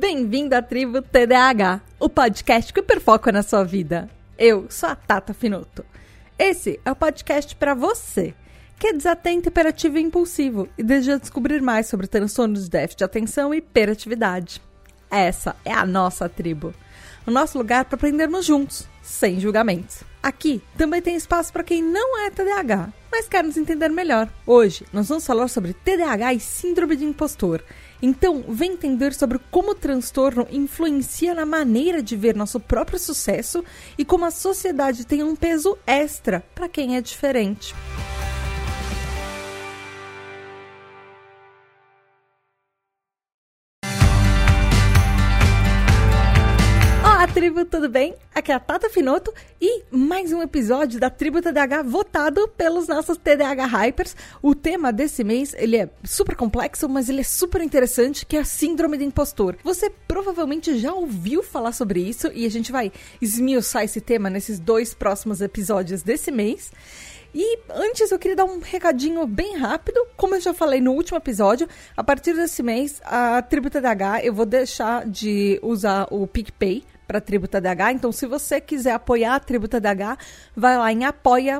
Bem-vindo à Tribo TDAH, o podcast que hiperfoca na sua vida. Eu sou a Tata Finoto. Esse é o podcast para você, que é desatento, hiperativo e impulsivo e deseja descobrir mais sobre transtornos de déficit de atenção e hiperatividade. Essa é a nossa tribo, o nosso lugar para aprendermos juntos, sem julgamentos. Aqui também tem espaço para quem não é TDAH, mas quer nos entender melhor. Hoje nós vamos falar sobre TDAH e síndrome de impostor. Então, vem entender sobre como o transtorno influencia na maneira de ver nosso próprio sucesso e como a sociedade tem um peso extra para quem é diferente. Olá, tribo, tudo bem? Aqui é a Tata Finoto e mais um episódio da Tribo TDAH votado pelos nossos TDAH Hypers. O tema desse mês, ele é super complexo, mas ele é super interessante, que é a síndrome do impostor. Você provavelmente já ouviu falar sobre isso e a gente vai esmiuçar esse tema nesses 2 próximos episódios desse mês. E antes eu queria dar um recadinho bem rápido. Como eu já falei no último episódio, a partir desse mês, a Tribo TDAH, eu vou deixar de usar o PicPay para a Tribo TDAH. Então, se você quiser apoiar a Tribo TDAH, vai lá em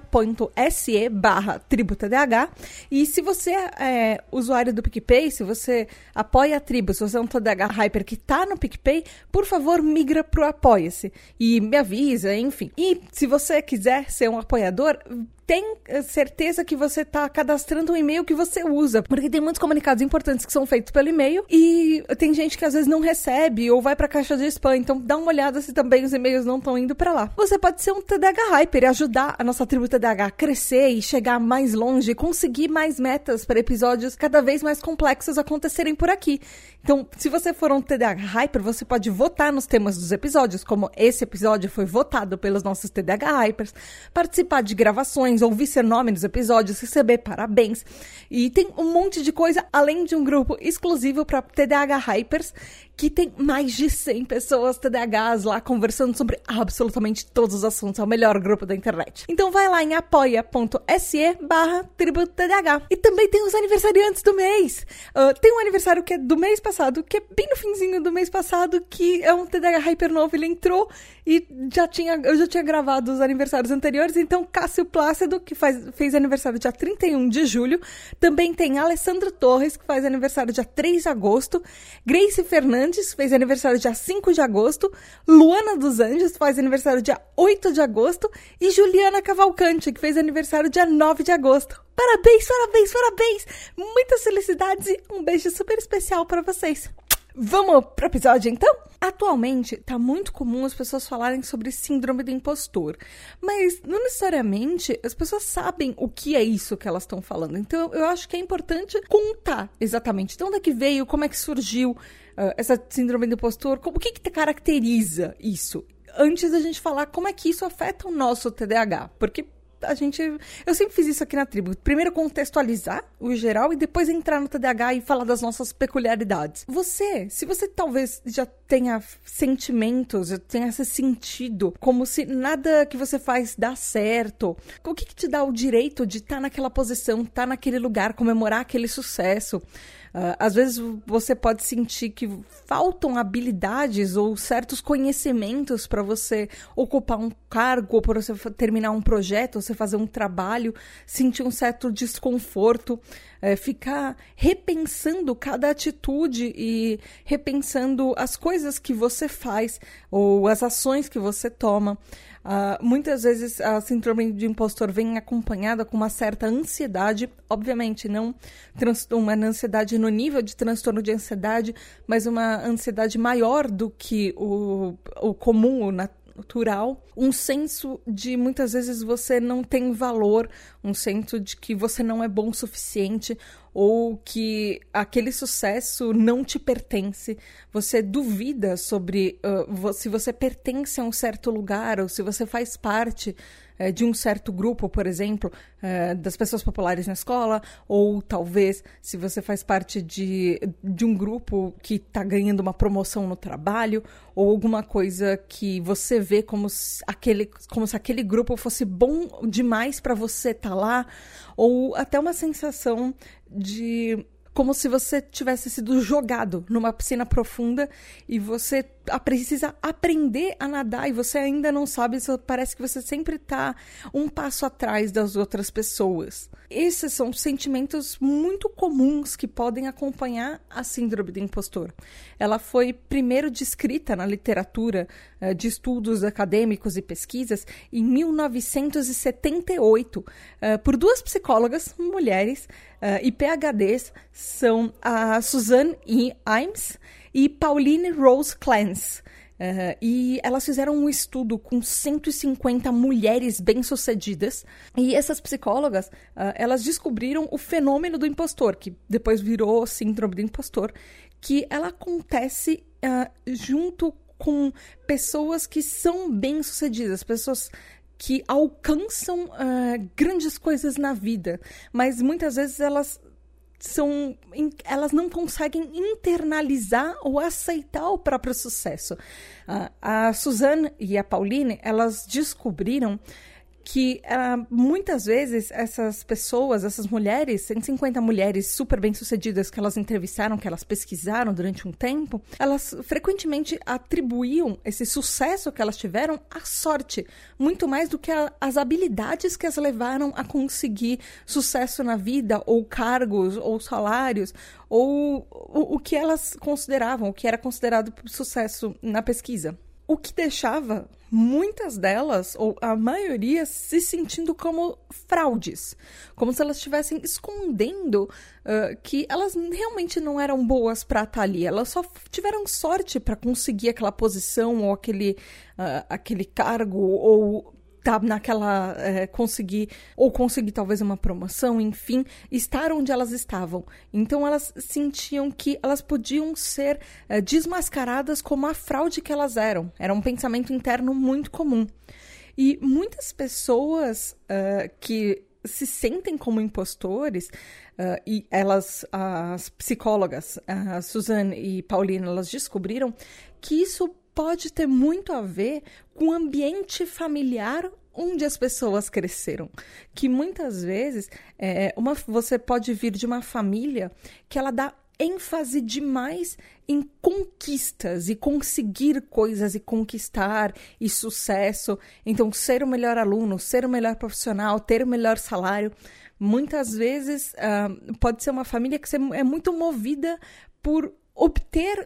apoia.se/Tribo TDAH. E se você é usuário do PicPay, se você apoia a Tribo, se você é um TDAH Hyper que está no PicPay, por favor, migra para o Apoia-se e me avisa, enfim. E se você quiser ser um apoiador, tem certeza que você está cadastrando um e-mail que você usa, porque tem muitos comunicados importantes que são feitos pelo e-mail e tem gente que às vezes não recebe ou vai para a caixa de spam, então dá uma olhada se também os e-mails não estão indo para lá. Você pode ser um TDAH Hyper e ajudar a nossa tribo TDAH a crescer e chegar mais longe, conseguir mais metas para episódios cada vez mais complexos acontecerem por aqui. Então, se você for um TDAH Hyper, você pode votar nos temas dos episódios, como esse episódio foi votado pelos nossos TDAH Hypers, participar de gravações, ouvir seu nome nos episódios, receber parabéns. E tem um monte de coisa, além de um grupo exclusivo para TDAH Hypers, que tem mais de 100 pessoas TDAHs lá conversando sobre absolutamente todos os assuntos. É o melhor grupo da internet. Então vai lá em apoia.se/Tribo TDAH. E também tem os aniversariantes do mês. Tem um aniversário que é do mês passado, que é bem no finzinho do mês passado, que é um TDAH Hyper novo. Ele entrou e eu já tinha gravado os aniversários anteriores. Então Cássio Plácido, que fez aniversário dia 31 de julho. Também tem Alessandro Torres, que faz aniversário dia 3 de agosto. Grace Fernandes fez aniversário dia 5 de agosto. Luana dos Anjos faz aniversário dia 8 de agosto. E Juliana Cavalcante, que fez aniversário dia 9 de agosto. Parabéns, parabéns, parabéns! Muitas felicidades e um beijo super especial para vocês. Vamos pro episódio, então? Atualmente, tá muito comum as pessoas falarem sobre síndrome do impostor, mas não necessariamente as pessoas sabem o que é isso que elas estão falando. Então, eu acho que é importante contar exatamente de onde é que veio, como é que surgiu essa síndrome do impostor, o que caracteriza isso, antes da gente falar como é que isso afeta o nosso TDAH, porque eu sempre fiz isso aqui na tribo. Primeiro contextualizar o geral e depois entrar no TDAH e falar das nossas peculiaridades. Se você talvez já tenha sentimentos, já tenha se sentido como se nada que você faz dá certo, o que te dá o direito de estar naquela posição, estar naquele lugar, comemorar aquele sucesso? Às vezes você pode sentir que faltam habilidades ou certos conhecimentos para você ocupar um cargo, ou para você terminar um projeto, ou você fazer um trabalho, sentir um certo desconforto, ficar repensando cada atitude e repensando as coisas que você faz ou as ações que você toma. Muitas vezes a síndrome de impostor vem acompanhada com uma certa ansiedade, obviamente não uma ansiedade no nível de transtorno de ansiedade, mas uma ansiedade maior do que o comum, o natural, um senso de muitas vezes você não tem valor, um senso de que você não é bom o suficiente ou que aquele sucesso não te pertence. Você duvida sobre se você pertence a um certo lugar ou se você faz parte de um certo grupo, por exemplo, das pessoas populares na escola, ou talvez se você faz parte de um grupo que está ganhando uma promoção no trabalho, ou alguma coisa que você vê como se aquele grupo fosse bom demais para você estar lá, ou até uma sensação de como se você tivesse sido jogado numa piscina profunda e você precisa aprender a nadar e você ainda não sabe, parece que você sempre está um passo atrás das outras pessoas. Esses são sentimentos muito comuns que podem acompanhar a síndrome do impostor. Ela foi primeiro descrita na literatura de estudos acadêmicos e pesquisas em 1978 por duas psicólogas mulheres e PhDs, são a Suzanne E. Imes e Pauline Rose Clance. E elas fizeram um estudo com 150 mulheres bem-sucedidas. E essas psicólogas, elas descobriram o fenômeno do impostor, que depois virou síndrome do impostor, que ela acontece junto com pessoas que são bem-sucedidas, pessoas que alcançam grandes coisas na vida, mas muitas vezes elas não conseguem internalizar ou aceitar o próprio sucesso. A Suzanne e a Pauline, elas descobriram que muitas vezes essas pessoas, essas mulheres, 150 mulheres super bem-sucedidas que elas entrevistaram, que elas pesquisaram durante um tempo, elas frequentemente atribuíam esse sucesso que elas tiveram à sorte, muito mais do que as habilidades que as levaram a conseguir sucesso na vida, ou cargos, ou salários, ou o que elas consideravam, o que era considerado sucesso na pesquisa. O que deixava muitas delas, ou a maioria, se sentindo como fraudes. Como se elas estivessem escondendo que elas realmente não eram boas para estar ali. Elas só tiveram sorte para conseguir aquela posição, ou aquele cargo, ou naquela conseguir talvez uma promoção, enfim, estar onde elas estavam. Então elas sentiam que elas podiam ser desmascaradas como a fraude que elas eram. Era um pensamento interno muito comum. E muitas pessoas que se sentem como impostores, e as psicólogas, a Suzanne e Pauline, elas descobriram que isso pode ter muito a ver com o ambiente familiar onde as pessoas cresceram. Que muitas vezes você pode vir de uma família que ela dá ênfase demais em conquistas e conseguir coisas e conquistar e sucesso. Então, ser o melhor aluno, ser o melhor profissional, ter o melhor salário. Muitas vezes pode ser uma família que é muito movida por obter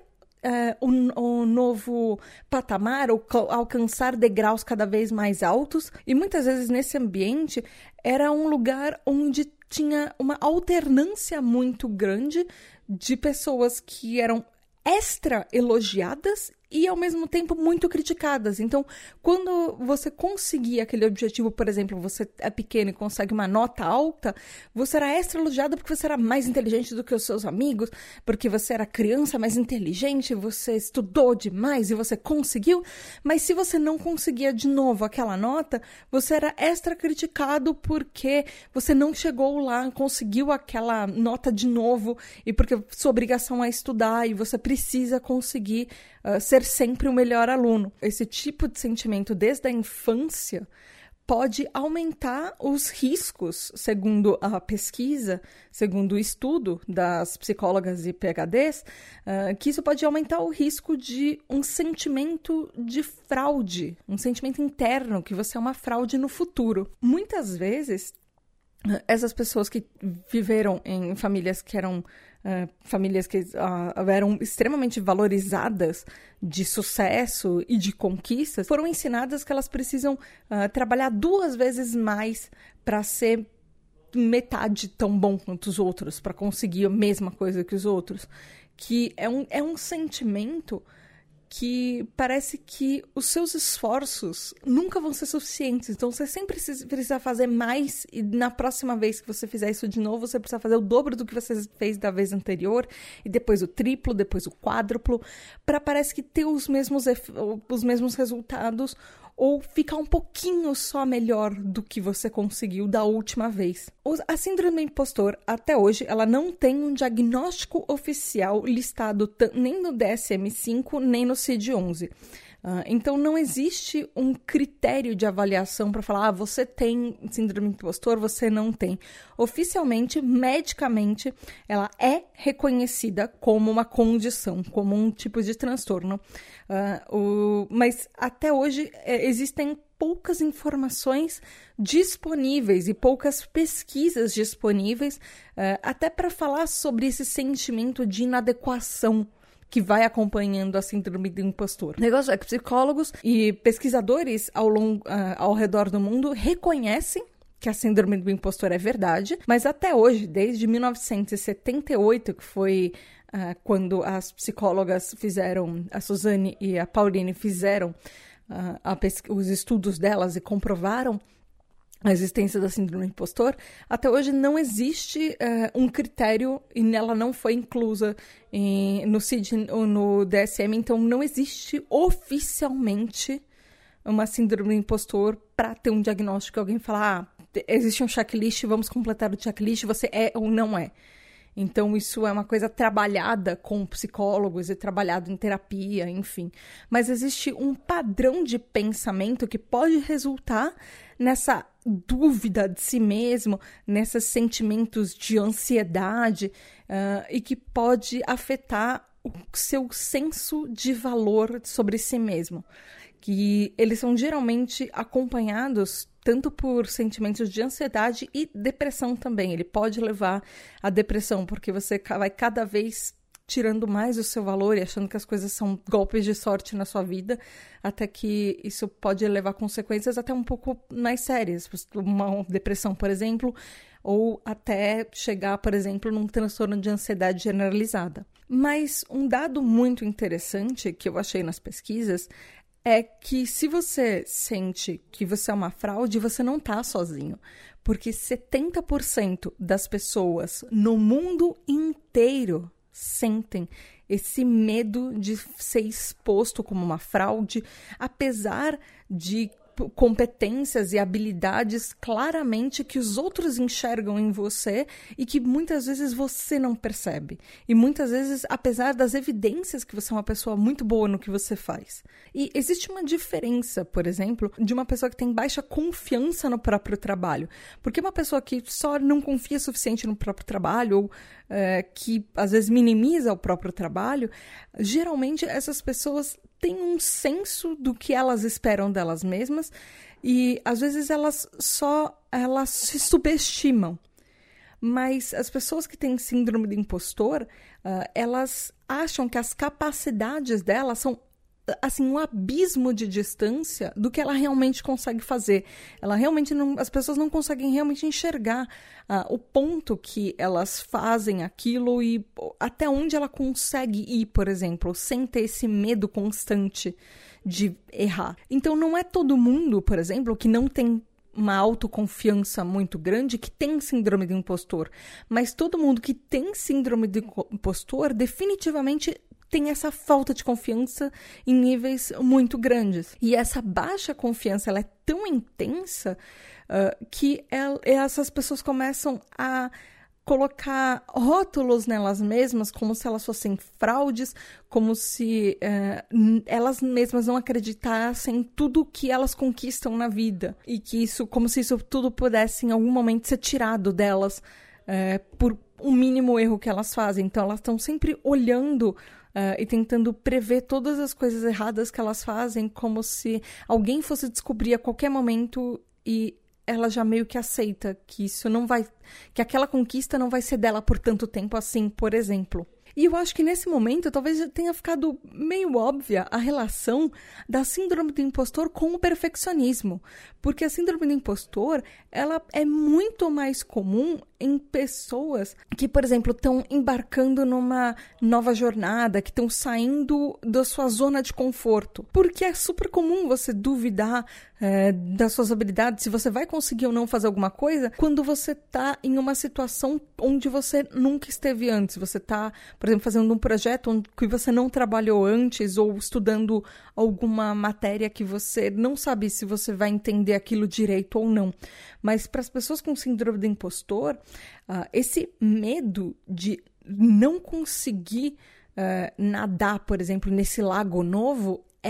um novo patamar, ou alcançar degraus cada vez mais altos. E muitas vezes nesse ambiente era um lugar onde tinha uma alternância muito grande de pessoas que eram extra elogiadas e ao mesmo tempo muito criticadas. Então, quando você conseguia aquele objetivo, por exemplo, você é pequeno e consegue uma nota alta, você era extra elogiada porque você era mais inteligente do que os seus amigos, porque você era criança mais inteligente, você estudou demais e você conseguiu. Mas se você não conseguia de novo aquela nota, você era extra criticado porque você não chegou lá, conseguiu aquela nota de novo, e porque sua obrigação é estudar e você precisa conseguir ser sempre o melhor aluno. Esse tipo de sentimento desde a infância pode aumentar os riscos, segundo a pesquisa, segundo o estudo das psicólogas e PhDs, que isso pode aumentar o risco de um sentimento de fraude, um sentimento interno, que você é uma fraude no futuro. Muitas vezes, essas pessoas que viveram em famílias que eram eram extremamente valorizadas de sucesso e de conquistas, foram ensinadas que elas precisam trabalhar 2 vezes mais para ser metade tão bom quanto os outros, para conseguir a mesma coisa que os outros. Que é um sentimento que parece que os seus esforços nunca vão ser suficientes. Então, você sempre precisa fazer mais, e na próxima vez que você fizer isso de novo, você precisa fazer o dobro do que você fez da vez anterior, e depois o triplo, depois o quádruplo, para parece que ter os mesmos resultados, ou ficar um pouquinho só melhor do que você conseguiu da última vez. A síndrome do impostor, até hoje, ela não tem um diagnóstico oficial listado nem no DSM-5, nem no CID-11. Então, não existe um critério de avaliação para falar, você tem síndrome do impostor, você não tem. Oficialmente, medicamente, ela é reconhecida como uma condição, como um tipo de transtorno. Mas, até hoje, existem poucas informações disponíveis e poucas pesquisas disponíveis até para falar sobre esse sentimento de inadequação que vai acompanhando a síndrome do impostor. O negócio é que psicólogos e pesquisadores ao redor do mundo reconhecem que a síndrome do impostor é verdade, mas até hoje, desde 1978, que foi quando as psicólogas fizeram, a Suzane e a Pauline fizeram os estudos delas e comprovaram a existência da síndrome do impostor, até hoje não existe um critério e ela não foi inclusa no CID ou no DSM, então não existe oficialmente uma síndrome do impostor para ter um diagnóstico, alguém falar, existe um checklist, vamos completar o checklist, você é ou não é. Então, isso é uma coisa trabalhada com psicólogos e trabalhado em terapia, enfim. Mas existe um padrão de pensamento que pode resultar nessa dúvida de si mesmo, nesses sentimentos de ansiedade e que pode afetar o seu senso de valor sobre si mesmo. Que eles são geralmente acompanhados tanto por sentimentos de ansiedade e depressão também. Ele pode levar à depressão, porque você vai cada vez tirando mais o seu valor e achando que as coisas são golpes de sorte na sua vida, até que isso pode levar consequências até um pouco mais sérias. Uma depressão, por exemplo, ou até chegar, por exemplo, num transtorno de ansiedade generalizada. Mas um dado muito interessante que eu achei nas pesquisas é que se você sente que você é uma fraude, você não está sozinho. Porque 70% das pessoas no mundo inteiro sentem esse medo de ser exposto como uma fraude, apesar de competências e habilidades claramente que os outros enxergam em você e que muitas vezes você não percebe. E muitas vezes, apesar das evidências que você é uma pessoa muito boa no que você faz. E existe uma diferença, por exemplo, de uma pessoa que tem baixa confiança no próprio trabalho. Porque uma pessoa que só não confia o suficiente no próprio trabalho ou que às vezes minimiza o próprio trabalho, geralmente essas pessoas têm um senso do que elas esperam delas mesmas e às vezes elas se subestimam. Mas as pessoas que têm síndrome do impostor, elas acham que as capacidades delas são assim, um abismo de distância do que ela realmente consegue fazer. As pessoas não conseguem realmente enxergar o ponto que elas fazem aquilo e até onde ela consegue ir, por exemplo, sem ter esse medo constante de errar. Então, não é todo mundo, por exemplo, que não tem uma autoconfiança muito grande que tem síndrome do impostor. Mas todo mundo que tem síndrome do impostor definitivamente tem essa falta de confiança em níveis muito grandes. E essa baixa confiança ela é tão intensa que essas pessoas começam a colocar rótulos nelas mesmas como se elas fossem fraudes, como se elas mesmas não acreditassem em tudo que elas conquistam na vida. E que isso, como se isso tudo pudesse em algum momento ser tirado delas por um mínimo erro que elas fazem. Então elas estão sempre olhando e tentando prever todas as coisas erradas que elas fazem, como se alguém fosse descobrir a qualquer momento e ela já meio que aceita que isso não vai, que aquela conquista não vai ser dela por tanto tempo assim, por exemplo. E eu acho que nesse momento talvez tenha ficado meio óbvia a relação da síndrome do impostor com o perfeccionismo. Porque a síndrome do impostor, ela é muito mais comum em pessoas que, por exemplo, estão embarcando numa nova jornada, que estão saindo da sua zona de conforto. Porque é super comum você duvidar das suas habilidades, se você vai conseguir ou não fazer alguma coisa, quando você está em uma situação onde você nunca esteve antes. Você está, por exemplo, fazendo um projeto que você não trabalhou antes ou estudando alguma matéria que você não sabe se você vai entender aquilo direito ou não. Mas para as pessoas com síndrome do impostor, esse medo de não conseguir nadar, por exemplo, nesse lago novo é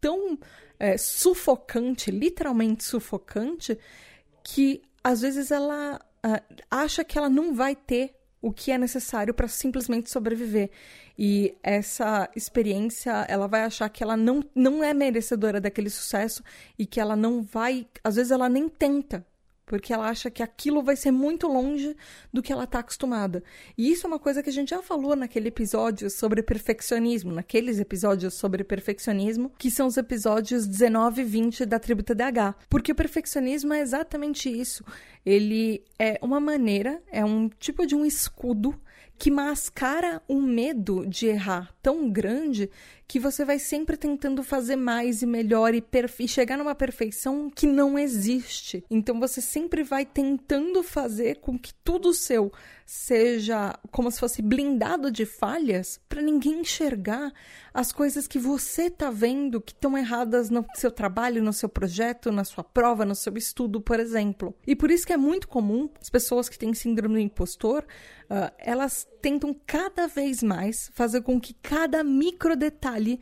tão sufocante, literalmente sufocante, que às vezes ela acha que ela não vai ter o que é necessário para simplesmente sobreviver. E essa experiência, ela vai achar que ela não é merecedora daquele sucesso e que ela não vai... Às vezes ela nem tenta, porque ela acha que aquilo vai ser muito longe do que ela está acostumada. E isso é uma coisa que a gente já falou naquele episódio sobre perfeccionismo, naqueles episódios sobre perfeccionismo, que são os episódios 19 e 20 da Tribo TDAH. Porque o perfeccionismo é exatamente isso. Ele é uma maneira, é um tipo de um escudo que mascara um medo de errar tão grande que você vai sempre tentando fazer mais e melhor e chegar numa perfeição que não existe. Então você sempre vai tentando fazer com que tudo seu seja como se fosse blindado de falhas para ninguém enxergar as coisas que você tá vendo que estão erradas no seu trabalho, no seu projeto, na sua prova, no seu estudo, por exemplo. E por isso que é muito comum as pessoas que têm síndrome do impostor, elas tentam cada vez mais fazer com que cada micro detalhe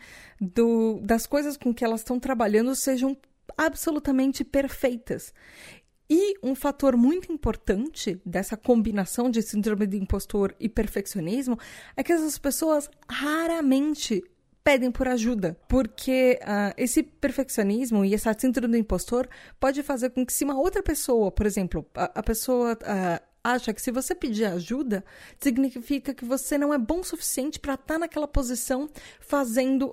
das coisas com que elas estão trabalhando sejam absolutamente perfeitas. E um fator muito importante dessa combinação de síndrome do impostor e perfeccionismo é que essas pessoas raramente pedem por ajuda, porque esse perfeccionismo e essa síndrome do impostor pode fazer com que se uma outra pessoa, por exemplo, a pessoa acha que se você pedir ajuda, significa que você não é bom o suficiente para estar naquela posição fazendo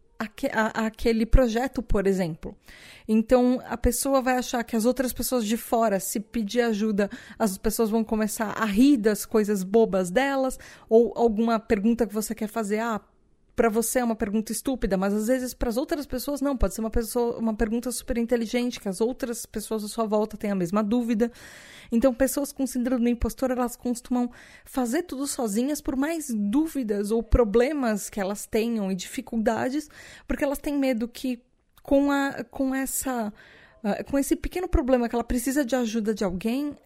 aquele projeto, por exemplo. Então, a pessoa vai achar que as outras pessoas de fora, se pedir ajuda, as pessoas vão começar a rir das coisas bobas delas, ou alguma pergunta que você quer fazer, para você é uma pergunta estúpida, mas às vezes para as outras pessoas não, pode ser uma pergunta super inteligente, que as outras pessoas à sua volta têm a mesma dúvida. Então, pessoas com síndrome do impostor, elas costumam fazer tudo sozinhas por mais dúvidas ou problemas que elas tenham e dificuldades, porque elas têm medo que com esse pequeno problema que ela precisa de ajuda de alguém,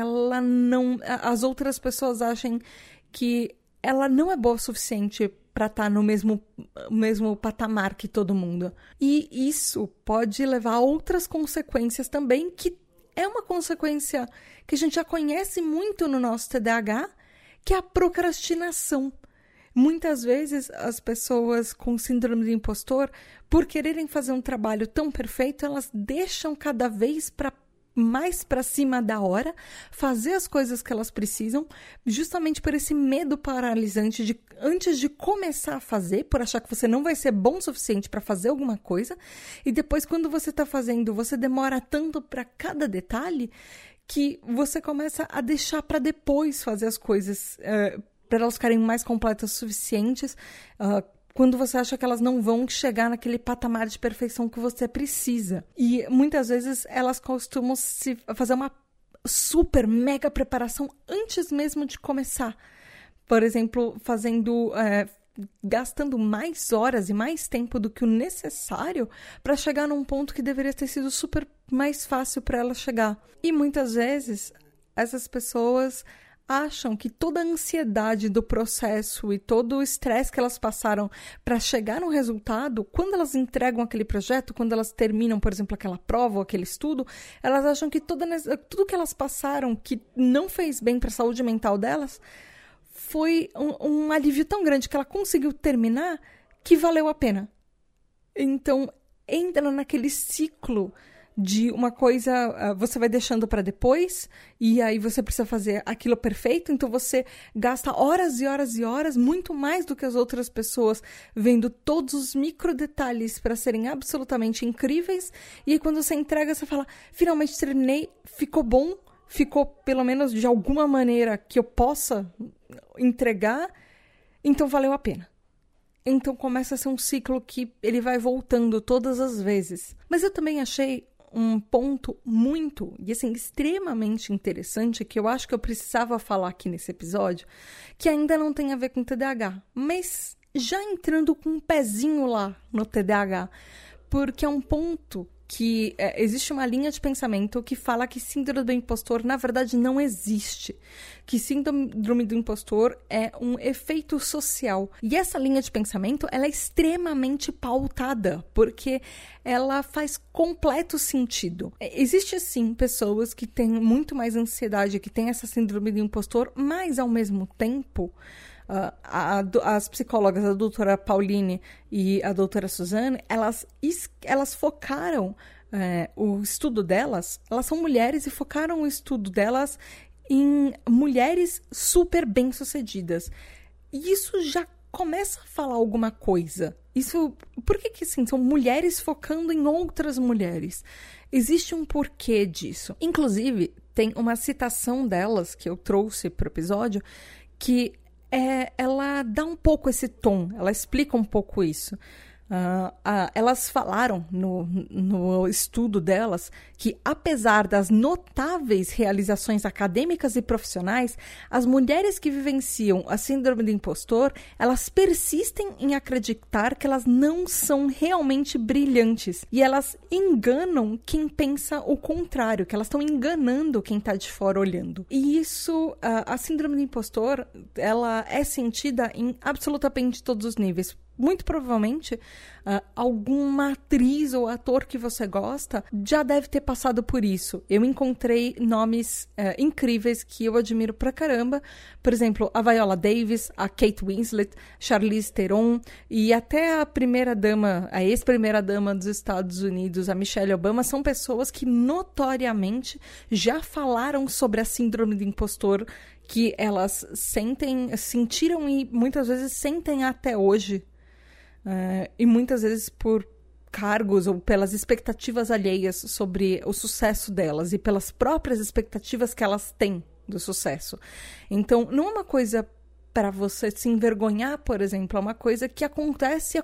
as outras pessoas achem que ela não é boa o suficiente para estar no mesmo patamar que todo mundo. E isso pode levar a outras consequências também, que é uma consequência que a gente já conhece muito no nosso TDAH, que é a procrastinação. Muitas vezes as pessoas com síndrome do impostor, por quererem fazer um trabalho tão perfeito, elas deixam cada vez mais para cima da hora, fazer as coisas que elas precisam, justamente por esse medo paralisante de antes de começar a fazer, por achar que você não vai ser bom o suficiente para fazer alguma coisa, e depois quando você está fazendo, você demora tanto para cada detalhe que você começa a deixar para depois fazer as coisas, para elas ficarem mais completas o suficientes, quando você acha que elas não vão chegar naquele patamar de perfeição que você precisa. E muitas vezes elas costumam fazer uma super mega preparação antes mesmo de começar. Por exemplo, gastando mais horas e mais tempo do que o necessário para chegar num ponto que deveria ter sido super mais fácil para elas chegar. E muitas vezes essas pessoas acham que toda a ansiedade do processo e todo o estresse que elas passaram para chegar no resultado, quando elas entregam aquele projeto, quando elas terminam, por exemplo, aquela prova ou aquele estudo, elas acham que tudo que elas passaram que não fez bem para a saúde mental delas foi um alívio tão grande que ela conseguiu terminar que valeu a pena. Então, entra naquele ciclo de uma coisa, você vai deixando para depois, e aí você precisa fazer aquilo perfeito, então você gasta horas e horas e horas, muito mais do que as outras pessoas, vendo todos os micro detalhes para serem absolutamente incríveis, e aí quando você entrega, você fala, finalmente terminei, ficou bom, ficou pelo menos de alguma maneira que eu possa entregar, então valeu a pena. Então começa a ser um ciclo que ele vai voltando todas as vezes. Mas eu também achei um ponto muito, e assim, extremamente interessante, que eu acho que eu precisava falar aqui nesse episódio, que ainda não tem a ver com TDAH, mas já entrando com um pezinho lá no TDAH, porque é um ponto que existe uma linha de pensamento que fala que síndrome do impostor, na verdade, não existe. Que síndrome do impostor é um efeito social. E essa linha de pensamento, ela é extremamente pautada, porque ela faz completo sentido. Existe, sim, pessoas que têm muito mais ansiedade, que têm essa síndrome do impostor, mas, ao mesmo tempo, as psicólogas, a doutora Pauline e a doutora Suzane, elas focaram o estudo delas, elas são mulheres e focaram o estudo delas em mulheres super bem-sucedidas. E isso já começa a falar alguma coisa. Por que assim, são mulheres focando em outras mulheres? Existe um porquê disso. Inclusive, tem uma citação delas que eu trouxe para o episódio que ela dá um pouco esse tom, ela explica um pouco isso. Elas falaram no estudo delas que, apesar das notáveis realizações acadêmicas e profissionais, as mulheres que vivenciam a síndrome do impostor, elas persistem em acreditar que elas não são realmente brilhantes e elas enganam quem pensa o contrário, que elas estão enganando quem está de fora olhando. E isso, a síndrome do impostor, ela é sentida em absolutamente todos os níveis. Muito provavelmente, alguma atriz ou ator que você gosta já deve ter passado por isso. Eu encontrei nomes incríveis que eu admiro pra caramba. Por exemplo, a Viola Davis, a Kate Winslet, Charlize Theron e até a primeira-dama, a ex-primeira-dama dos Estados Unidos, a Michelle Obama, são pessoas que notoriamente já falaram sobre a síndrome do impostor que elas sentiram e muitas vezes sentem até hoje. E muitas vezes por cargos ou pelas expectativas alheias sobre o sucesso delas e pelas próprias expectativas que elas têm do sucesso. Então, não é uma coisa para você se envergonhar, por exemplo, é uma coisa que acontece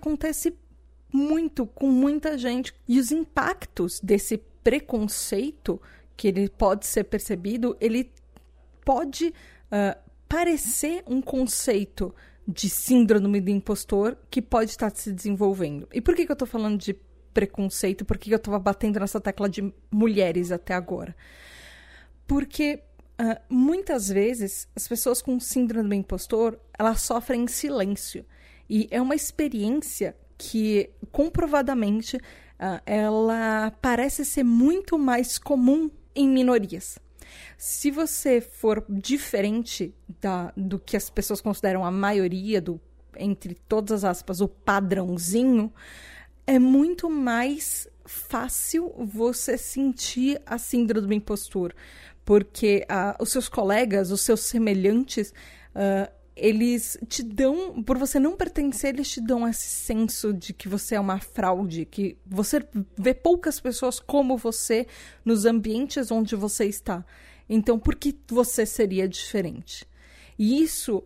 muito com muita gente. E os impactos desse preconceito, que ele pode ser percebido, ele pode parecer um conceito de síndrome do impostor que pode estar se desenvolvendo. E por que eu estou falando de preconceito? Por que eu estava batendo nessa tecla de mulheres até agora? Porque muitas vezes as pessoas com síndrome do impostor, elas sofrem em silêncio. E é uma experiência que, comprovadamente, ela parece ser muito mais comum em minorias. Se você for diferente do que as pessoas consideram a maioria, entre todas as aspas, o padrãozinho, é muito mais fácil você sentir a síndrome do impostor. Porque os seus colegas, os seus semelhantes, eles te dão, por você não pertencer, eles te dão esse senso de que você é uma fraude, que você vê poucas pessoas como você nos ambientes onde você está. Então, por que você seria diferente? E isso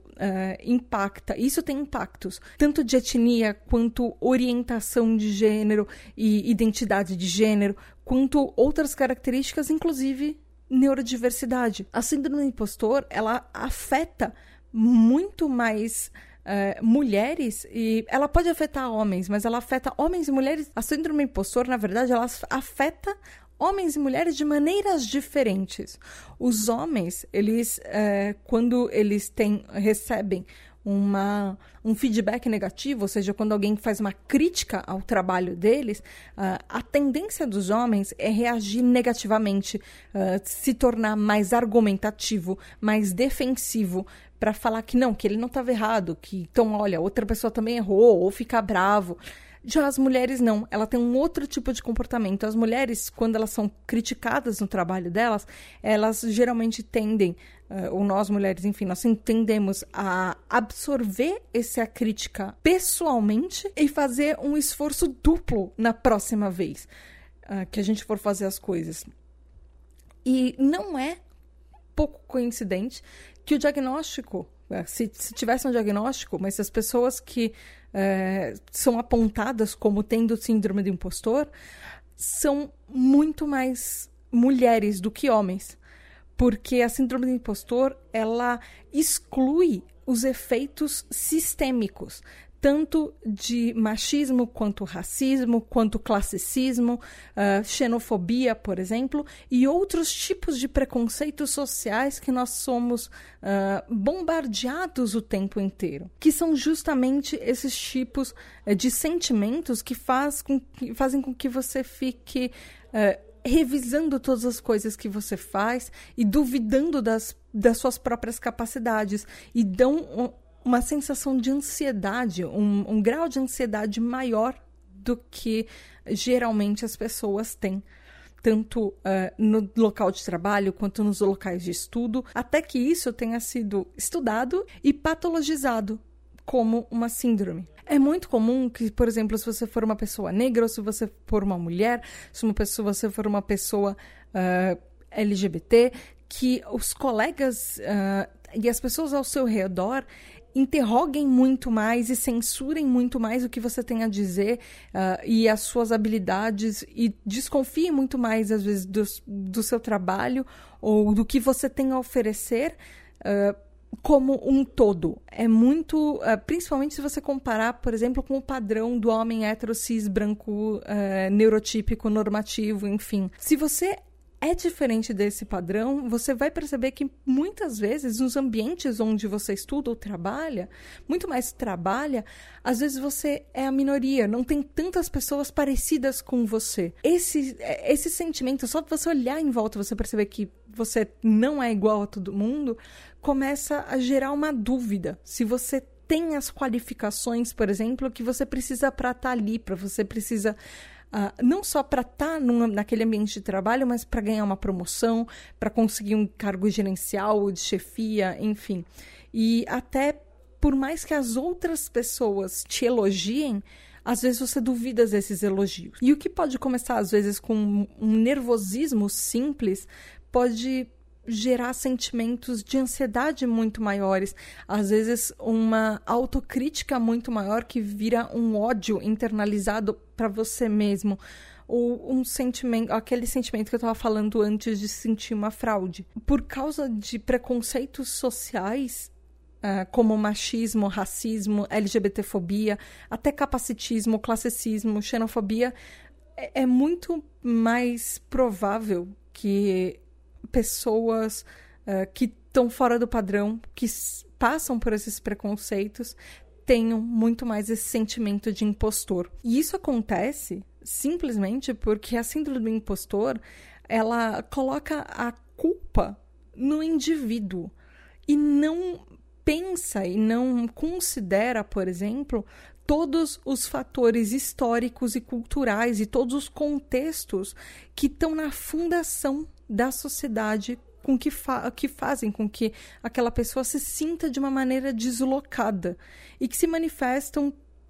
isso tem impactos, tanto de etnia, quanto orientação de gênero e identidade de gênero, quanto outras características, inclusive neurodiversidade. A síndrome do impostor, ela afeta muito mais mulheres, e ela pode afetar homens, mas ela afeta homens e mulheres. A síndrome do impostor, na verdade, ela afeta homens e mulheres de maneiras diferentes. Os homens, eles, quando eles recebem um feedback negativo, ou seja, quando alguém faz uma crítica ao trabalho deles, a tendência dos homens é reagir negativamente, se tornar mais argumentativo, mais defensivo, para falar que ele não estava errado, que então, olha, outra pessoa também errou, ou ficar bravo. Já as mulheres não, ela tem um outro tipo de comportamento. As mulheres, quando elas são criticadas no trabalho delas, elas geralmente tendem, ou nós mulheres, enfim, nós tendemos a absorver essa crítica pessoalmente e fazer um esforço duplo na próxima vez que a gente for fazer as coisas. E não é pouco coincidente que o diagnóstico, se tivesse um diagnóstico, mas as pessoas que são apontadas como tendo síndrome do impostor são muito mais mulheres do que homens, porque a síndrome do impostor, ela exclui os efeitos sistêmicos, tanto de machismo, quanto racismo, quanto classicismo, xenofobia, por exemplo, e outros tipos de preconceitos sociais que nós somos bombardeados o tempo inteiro, que são justamente esses tipos de sentimentos que fazem com que você fique revisando todas as coisas que você faz e duvidando das suas próprias capacidades, e dão uma sensação de ansiedade, um grau de ansiedade maior do que geralmente as pessoas têm, tanto no local de trabalho quanto nos locais de estudo, até que isso tenha sido estudado e patologizado como uma síndrome. É muito comum que, por exemplo, se você for uma pessoa negra, ou se você for uma mulher, se você for uma pessoa LGBT, que os colegas e as pessoas ao seu redor interroguem muito mais e censurem muito mais o que você tem a dizer e as suas habilidades, e desconfiem muito mais, às vezes, do seu trabalho ou do que você tem a oferecer como um todo. É muito, principalmente se você comparar, por exemplo, com o padrão do homem hétero, cis, branco, neurotípico, normativo, enfim. Se você é diferente desse padrão, você vai perceber que muitas vezes nos ambientes onde você estuda ou trabalha, muito mais trabalha, às vezes você é a minoria, não tem tantas pessoas parecidas com você. Esse sentimento, só de você olhar em volta, você perceber que você não é igual a todo mundo, começa a gerar uma dúvida. Se você tem as qualificações, por exemplo, que você precisa para estar ali, para você precisa... não só para estar naquele ambiente de trabalho, mas para ganhar uma promoção, para conseguir um cargo gerencial, de chefia, enfim. E até por mais que as outras pessoas te elogiem, às vezes você duvida desses elogios. E o que pode começar, às vezes, com um nervosismo simples, pode gerar sentimentos de ansiedade muito maiores, às vezes uma autocrítica muito maior que vira um ódio internalizado para você mesmo, ou um sentimento, aquele sentimento que eu estava falando antes de sentir uma fraude. Por causa de preconceitos sociais, como machismo, racismo, LGBTfobia, até capacitismo, classicismo, xenofobia, é muito mais provável que pessoas que estão fora do padrão, que passam por esses preconceitos, tenham muito mais esse sentimento de impostor. E isso acontece simplesmente porque a síndrome do impostor, ela coloca a culpa no indivíduo e não pensa e não considera, por exemplo, todos os fatores históricos e culturais e todos os contextos que estão na fundação da sociedade que fazem com que aquela pessoa se sinta de uma maneira deslocada e que se manifestam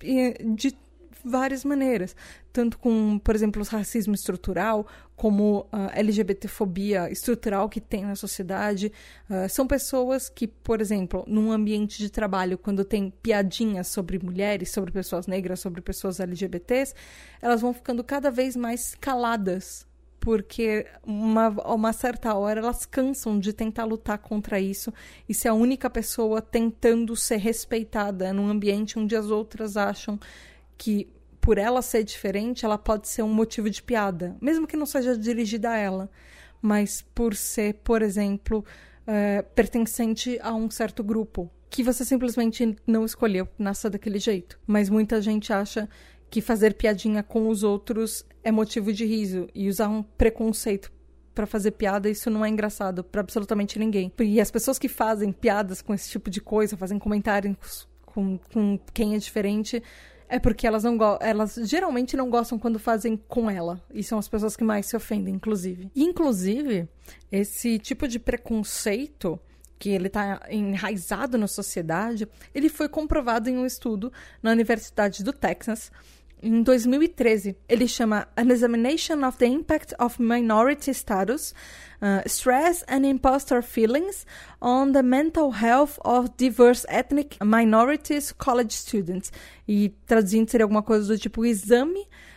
de várias maneiras, tanto com, por exemplo, o racismo estrutural, como a LGBTfobia estrutural que tem na sociedade. São pessoas que, por exemplo, num ambiente de trabalho, quando tem piadinhas sobre mulheres, sobre pessoas negras, sobre pessoas LGBTs, elas vão ficando cada vez mais caladas, porque a uma certa hora elas cansam de tentar lutar contra isso e ser a única pessoa tentando ser respeitada num ambiente onde as outras acham que, por ela ser diferente, ela pode ser um motivo de piada, mesmo que não seja dirigida a ela, mas por ser, por exemplo, pertencente a um certo grupo, que você simplesmente não escolheu, nasça daquele jeito. Mas muita gente acha que fazer piadinha com os outros é motivo de riso, e usar um preconceito para fazer piada, isso não é engraçado para absolutamente ninguém. E as pessoas que fazem piadas com esse tipo de coisa, fazem comentários com quem é diferente, é porque elas geralmente não gostam quando fazem com ela. E são as pessoas que mais se ofendem, inclusive. E, inclusive, esse tipo de preconceito, que ele está enraizado na sociedade, ele foi comprovado em um estudo na Universidade do Texas, em 2013. Ele chama An Examination of the Impact of Minority Status, Stress and Imposter Feelings on the Mental Health of Diverse Ethnic Minorities College Students. E traduzindo seria alguma coisa do tipo exame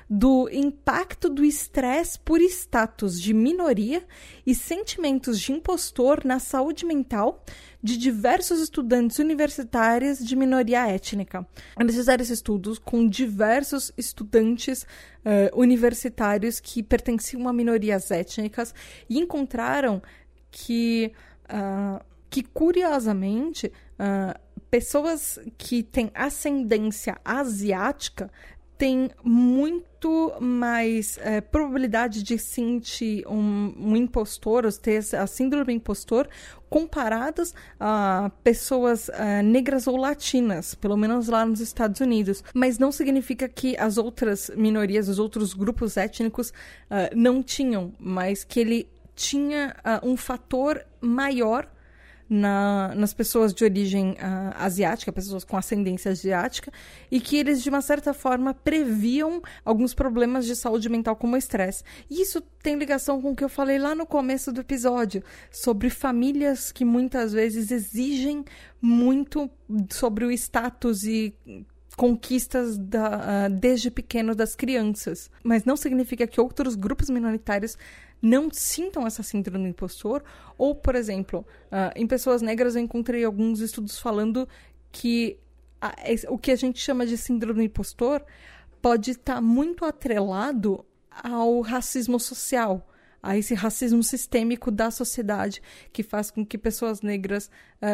do impacto do estresse por status de minoria e sentimentos de impostor na saúde mental de diversos estudantes universitários de minoria étnica. Eles fizeram esse estudo com diversos estudantes universitários que pertenciam a minorias étnicas e encontraram que curiosamente, pessoas que têm ascendência asiática têm muito mais probabilidade de sentir um impostor, ou ter a síndrome do impostor, comparadas a pessoas negras ou latinas, pelo menos lá nos Estados Unidos. Mas não significa que as outras minorias, os outros grupos étnicos não tinham, mas que ele tinha um fator maior nas pessoas de origem asiática, pessoas com ascendência asiática, e que eles, de uma certa forma, previam alguns problemas de saúde mental como o estresse. E isso tem ligação com o que eu falei lá no começo do episódio, sobre famílias que muitas vezes exigem muito sobre o status e conquistas desde pequeno das crianças. Mas não significa que outros grupos minoritários não sintam essa síndrome do impostor. Ou, por exemplo, em pessoas negras eu encontrei alguns estudos falando que o que a gente chama de síndrome do impostor pode estar muito atrelado ao racismo social, a esse racismo sistêmico da sociedade, que faz com que pessoas negras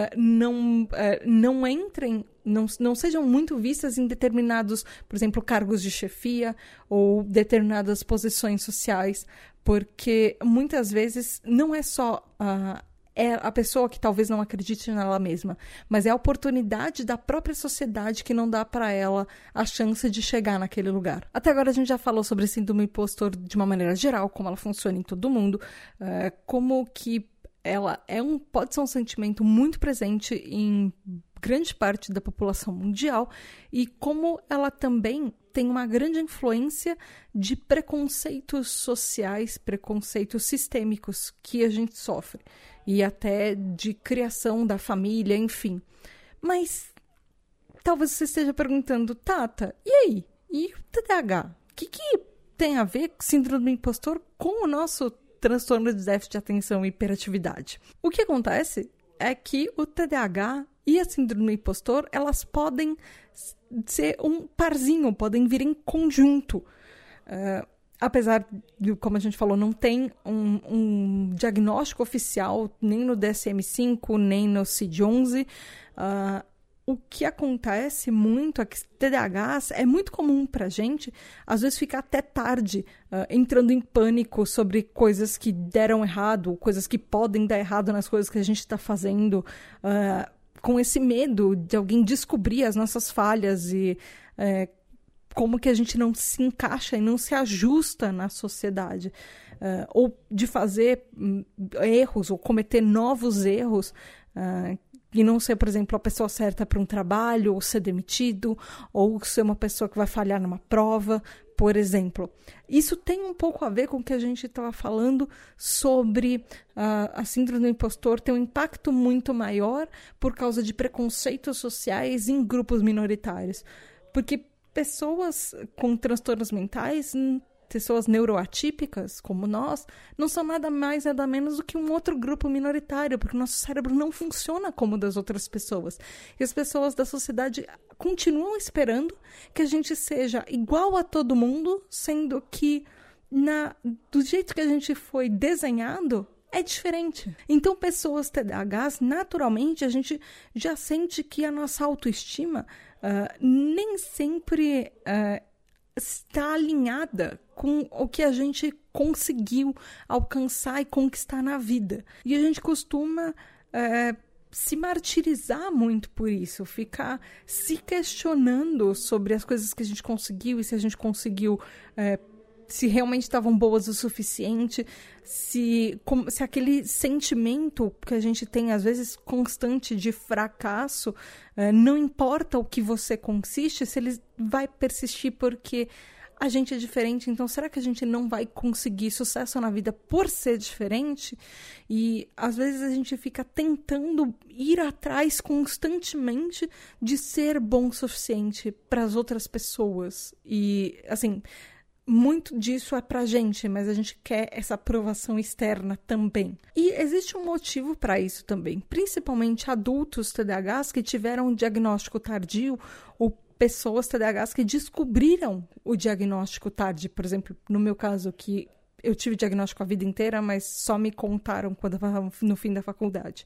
não entrem, não sejam muito vistas em determinados, por exemplo, cargos de chefia ou determinadas posições sociais, porque muitas vezes não é só é a pessoa que talvez não acredite nela mesma, mas é a oportunidade da própria sociedade que não dá para ela a chance de chegar naquele lugar. Até agora a gente já falou sobre a síndrome do impostor de uma maneira geral, como ela funciona em todo mundo, como que ela pode ser um sentimento muito presente em grande parte da população mundial e como ela também tem uma grande influência de preconceitos sociais, preconceitos sistêmicos que a gente sofre e até de criação da família, enfim. Mas talvez você esteja perguntando, Tata, e aí? E o TDAH? O que tem a ver com síndrome do impostor com o nosso transtorno de déficit de atenção e hiperatividade? O que acontece é que o TDAH e a síndrome do impostor, elas podem ser um parzinho, podem vir em conjunto. Apesar de, como a gente falou, não tem um diagnóstico oficial nem no DSM-5, nem no CID-11. O que acontece muito é que TDAH é muito comum pra gente, às vezes ficar até tarde entrando em pânico sobre coisas que deram errado, coisas que podem dar errado nas coisas que a gente está fazendo, com esse medo de alguém descobrir as nossas falhas e como que a gente não se encaixa e não se ajusta na sociedade, ou de fazer erros ou cometer novos erros, e não ser, por exemplo, a pessoa certa para um trabalho, ou ser demitido, ou ser uma pessoa que vai falhar numa prova, por exemplo. Isso tem um pouco a ver com o que a gente estava falando sobre a síndrome do impostor ter um impacto muito maior por causa de preconceitos sociais em grupos minoritários. Porque pessoas com transtornos mentais, pessoas neuroatípicas como nós, não são nada mais, nada menos do que um outro grupo minoritário, porque o nosso cérebro não funciona como o das outras pessoas. E as pessoas da sociedade continuam esperando que a gente seja igual a todo mundo, sendo que do jeito que a gente foi desenhado, é diferente. Então, pessoas TDAHs, naturalmente, a gente já sente que a nossa autoestima nem sempre está alinhada com o que a gente conseguiu alcançar e conquistar na vida. E a gente costuma se martirizar muito por isso, ficar se questionando sobre as coisas que a gente conseguiu e se a gente conseguiu, se realmente estavam boas o suficiente, se aquele sentimento que a gente tem, às vezes, constante de fracasso, não importa o que você consiste, se ele vai persistir porque a gente é diferente, então será que a gente não vai conseguir sucesso na vida por ser diferente? E às vezes a gente fica tentando ir atrás constantemente de ser bom o suficiente para as outras pessoas. E, assim, muito disso é pra gente, mas a gente quer essa aprovação externa também. E existe um motivo para isso também, principalmente adultos TDAHs que tiveram um diagnóstico tardio ou pessoas TDAHs que descobriram o diagnóstico tarde. Por exemplo, no meu caso, que eu tive diagnóstico a vida inteira, mas só me contaram quando eu estava no fim da faculdade.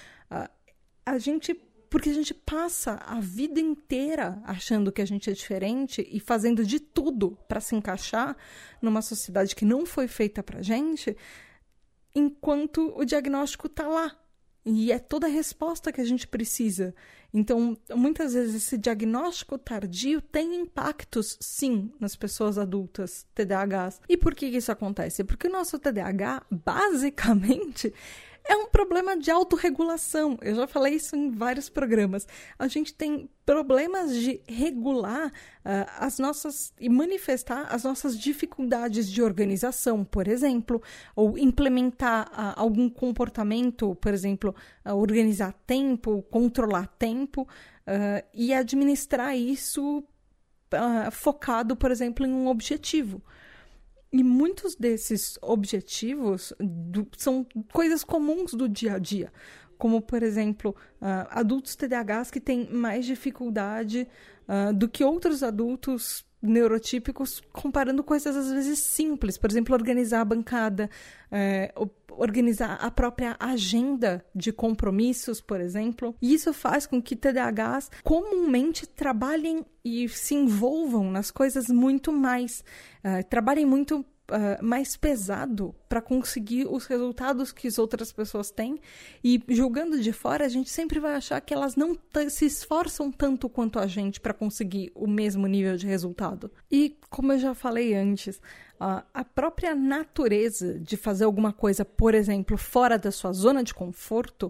Porque a gente passa a vida inteira achando que a gente é diferente e fazendo de tudo para se encaixar numa sociedade que não foi feita pra gente, enquanto o diagnóstico está lá. E é toda a resposta que a gente precisa. Então, muitas vezes, esse diagnóstico tardio tem impactos, sim, nas pessoas adultas TDAHs. E por que isso acontece? Porque o nosso TDAH, basicamente, é um problema de autorregulação. Eu já falei isso em vários programas. A gente tem problemas de regular as nossas e manifestar as nossas dificuldades de organização, por exemplo, ou implementar algum comportamento, por exemplo, organizar tempo, controlar tempo e administrar isso focado, por exemplo, em um objetivo. E muitos desses objetivos são coisas comuns do dia a dia, como, por exemplo, adultos TDAHs que têm mais dificuldade do que outros adultos neurotípicos, comparando coisas às vezes simples, por exemplo, organizar a bancada, organizar a própria agenda de compromissos, por exemplo. E isso faz com que TDAHs comumente trabalhem e se envolvam nas coisas muito mais, trabalhem muito mais pesado para conseguir os resultados que as outras pessoas têm, e julgando de fora a gente sempre vai achar que elas não se esforçam tanto quanto a gente para conseguir o mesmo nível de resultado. E como eu já falei antes, a própria natureza de fazer alguma coisa, por exemplo, fora da sua zona de conforto,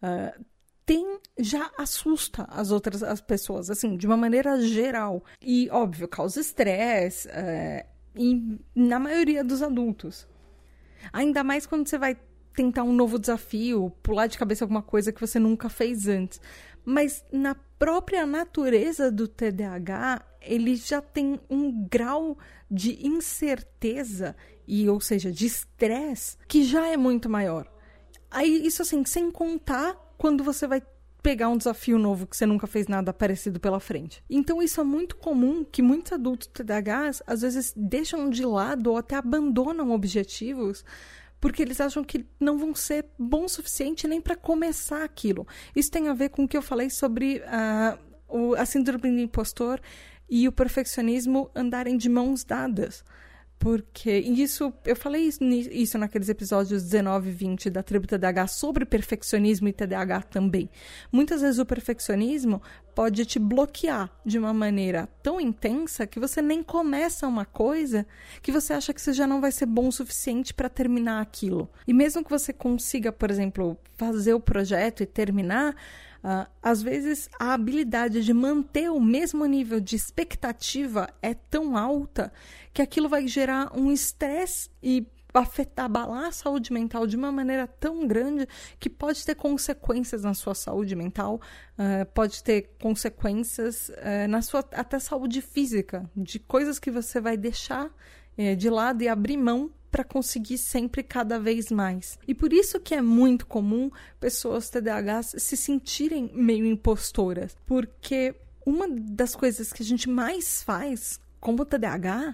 já assusta as pessoas, assim, de uma maneira geral. E, óbvio, causa estresse, e na maioria dos adultos. Ainda mais quando você vai tentar um novo desafio, pular de cabeça alguma coisa que você nunca fez antes. Mas na própria natureza do TDAH, ele já tem um grau de incerteza, ou seja, de estresse, que já é muito maior. Aí, isso assim, sem contar quando você vai pegar um desafio novo que você nunca fez nada parecido pela frente. Então, isso é muito comum que muitos adultos TDAHs, às vezes, deixam de lado ou até abandonam objetivos porque eles acham que não vão ser bom o suficiente nem para começar aquilo. Isso tem a ver com o que eu falei sobre a síndrome do impostor e o perfeccionismo andarem de mãos dadas. Porque isso, eu falei isso naqueles episódios 19 e 20 da Tribo TDAH sobre perfeccionismo e TDAH também. Muitas vezes o perfeccionismo pode te bloquear de uma maneira tão intensa que você nem começa uma coisa que você acha que você já não vai ser bom o suficiente para terminar aquilo. E mesmo que você consiga, por exemplo, fazer o projeto e terminar, às vezes a habilidade de manter o mesmo nível de expectativa é tão alta que aquilo vai gerar um estresse e abalar a saúde mental de uma maneira tão grande que pode ter consequências na sua saúde mental, pode ter consequências na sua até saúde física, de coisas que você vai deixar de lado e abrir mão para conseguir sempre cada vez mais. E por isso que é muito comum pessoas TDAHs se sentirem meio impostoras, porque uma das coisas que a gente mais faz como TDAH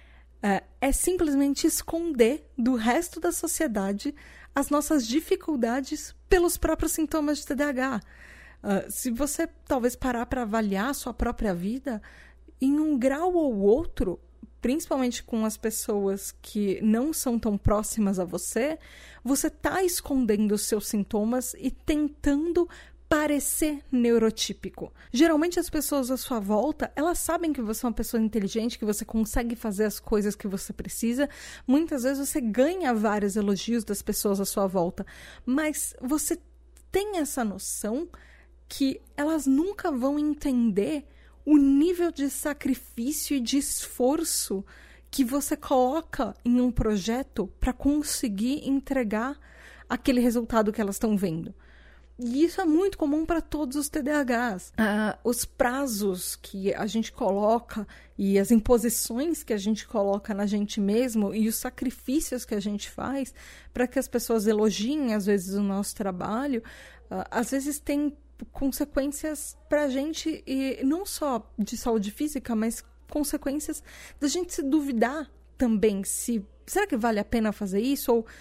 é simplesmente esconder do resto da sociedade as nossas dificuldades pelos próprios sintomas de TDAH. Se você talvez parar para avaliar a sua própria vida, em um grau ou outro, principalmente com as pessoas que não são tão próximas a você, você está escondendo os seus sintomas e tentando parecer neurotípico. Geralmente as pessoas à sua volta, elas sabem que você é uma pessoa inteligente, que você consegue fazer as coisas que você precisa. Muitas vezes você ganha vários elogios das pessoas à sua volta, mas você tem essa noção que elas nunca vão entender o nível de sacrifício e de esforço que você coloca em um projeto para conseguir entregar aquele resultado que elas estão vendo. E isso é muito comum para todos os TDAHs. Os prazos que a gente coloca e as imposições que a gente coloca na gente mesmo e os sacrifícios que a gente faz para que as pessoas elogiem, às vezes, o nosso trabalho, às vezes tem consequências para a gente, e não só de saúde física, mas consequências da gente se duvidar também. Será que vale a pena fazer isso? Ou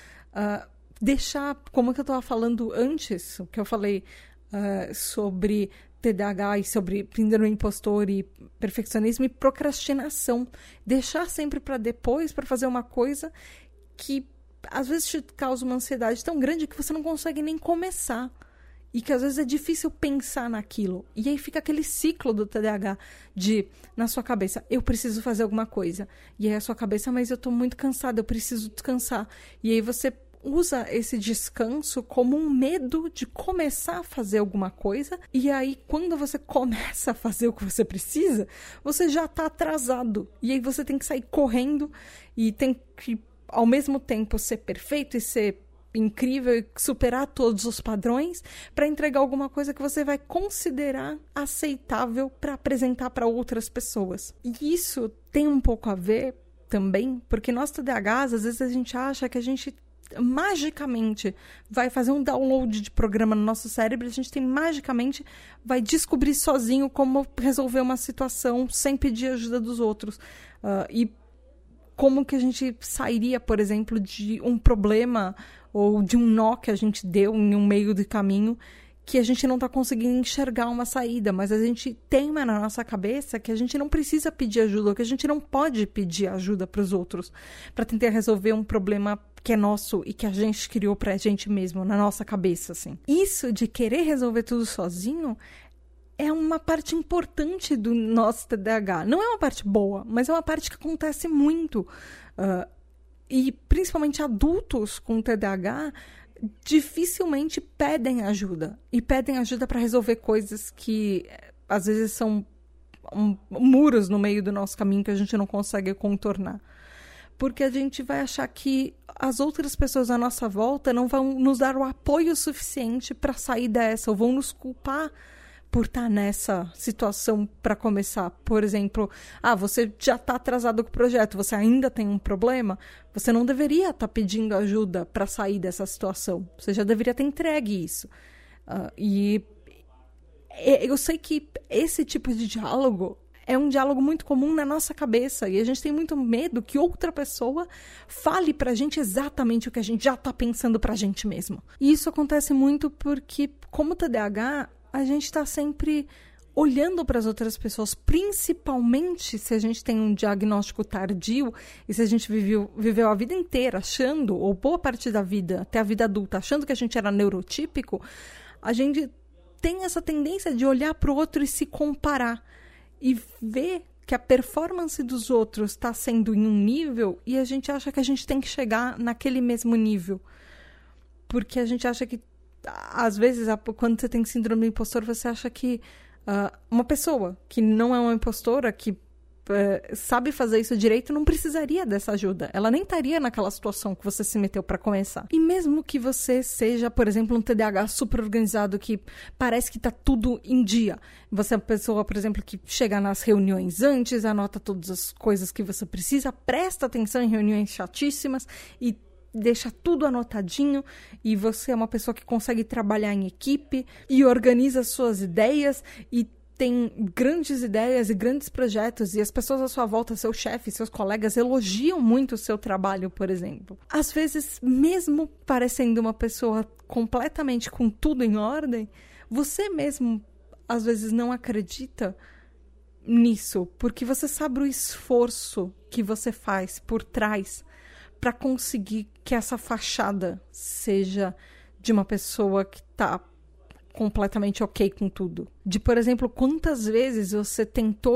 deixar, como que eu estava falando antes, que eu falei sobre TDAH e sobre síndrome do impostor e perfeccionismo e procrastinação. Deixar sempre para depois, para fazer uma coisa que às vezes te causa uma ansiedade tão grande que você não consegue nem começar. E que às vezes é difícil pensar naquilo. E aí fica aquele ciclo do TDAH na sua cabeça, eu preciso fazer alguma coisa. E aí a sua cabeça, mas eu tô muito cansada, eu preciso descansar. E aí você usa esse descanso como um medo de começar a fazer alguma coisa. E aí quando você começa a fazer o que você precisa, você já tá atrasado. E aí você tem que sair correndo e tem que, ao mesmo tempo, ser perfeito e ser incrível e superar todos os padrões para entregar alguma coisa que você vai considerar aceitável para apresentar para outras pessoas. E isso tem um pouco a ver também, porque nós TDAHs, às vezes a gente acha que a gente magicamente vai fazer um download de programa no nosso cérebro, a gente magicamente vai descobrir sozinho como resolver uma situação sem pedir ajuda dos outros. E como que a gente sairia, por exemplo, de um problema ou de um nó que a gente deu em um meio do caminho que a gente não está conseguindo enxergar uma saída, mas a gente teima na nossa cabeça que a gente não precisa pedir ajuda, ou que a gente não pode pedir ajuda para os outros para tentar resolver um problema que é nosso e que a gente criou para a gente mesmo, na nossa cabeça, assim. Isso de querer resolver tudo sozinho é uma parte importante do nosso TDAH. Não é uma parte boa, mas é uma parte que acontece muito. E principalmente adultos com TDAH dificilmente pedem ajuda. E pedem ajuda para resolver coisas que às vezes são muros no meio do nosso caminho que a gente não consegue contornar. Porque a gente vai achar que as outras pessoas à nossa volta não vão nos dar o apoio suficiente para sair dessa, ou vão nos culpar por estar nessa situação para começar. Por exemplo, você já está atrasado com o projeto, você ainda tem um problema, você não deveria estar pedindo ajuda para sair dessa situação. Você já deveria ter entregue isso. E eu sei que esse tipo de diálogo é um diálogo muito comum na nossa cabeça e a gente tem muito medo que outra pessoa fale pra gente exatamente o que a gente já tá pensando pra gente mesmo. E isso acontece muito porque, como TDAH, a gente está sempre olhando para as outras pessoas, principalmente se a gente tem um diagnóstico tardio e se a gente viveu a vida inteira achando, ou boa parte da vida, até a vida adulta, achando que a gente era neurotípico, a gente tem essa tendência de olhar para o outro e se comparar e ver que a performance dos outros está sendo em um nível e a gente acha que a gente tem que chegar naquele mesmo nível. Porque a gente acha que às vezes, quando você tem síndrome do impostor, você acha que uma pessoa que não é uma impostora, que sabe fazer isso direito, não precisaria dessa ajuda. Ela nem estaria naquela situação que você se meteu para começar. E mesmo que você seja, por exemplo, um TDAH super organizado, que parece que tá tudo em dia. Você é uma pessoa, por exemplo, que chega nas reuniões antes, anota todas as coisas que você precisa, presta atenção em reuniões chatíssimas e deixa tudo anotadinho, e você é uma pessoa que consegue trabalhar em equipe e organiza suas ideias e tem grandes ideias e grandes projetos, e as pessoas à sua volta, seu chefe, seus colegas, elogiam muito o seu trabalho, por exemplo. Às vezes, mesmo parecendo uma pessoa completamente com tudo em ordem, você mesmo às vezes não acredita nisso, porque você sabe o esforço que você faz por trás para conseguir que essa fachada seja de uma pessoa que está completamente ok com tudo. De, por exemplo, quantas vezes você tentou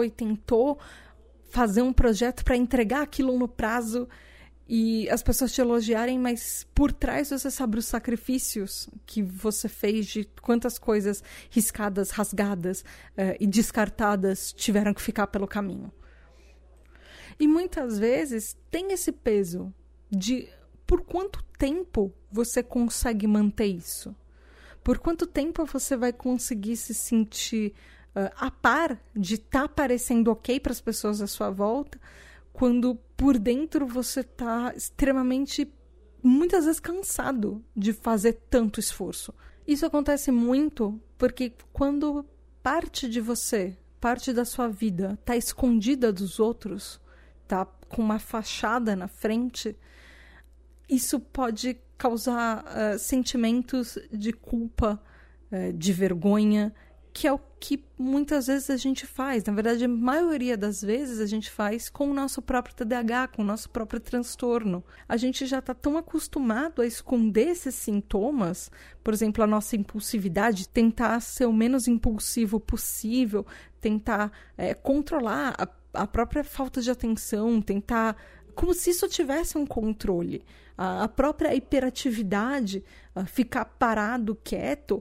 fazer um projeto para entregar aquilo no prazo e as pessoas te elogiarem, mas por trás você sabe os sacrifícios que você fez, de quantas coisas riscadas, rasgadas e descartadas tiveram que ficar pelo caminho. E muitas vezes tem esse peso de por quanto tempo você consegue manter isso. Por quanto tempo você vai conseguir se sentir a par de estar parecendo ok para as pessoas à sua volta, quando por dentro você está extremamente, muitas vezes, cansado de fazer tanto esforço? Isso acontece muito porque quando parte de você, parte da sua vida, está escondida dos outros, tá com uma fachada na frente, isso pode causar sentimentos de culpa, de vergonha, que é o que muitas vezes a gente faz. Na verdade, a maioria das vezes a gente faz com o nosso próprio TDAH, com o nosso próprio transtorno. A gente já está tão acostumado a esconder esses sintomas, por exemplo, a nossa impulsividade, tentar ser o menos impulsivo possível, tentar controlar a própria falta de atenção, tentar, como se isso tivesse um controle. A própria hiperatividade, ficar parado, quieto,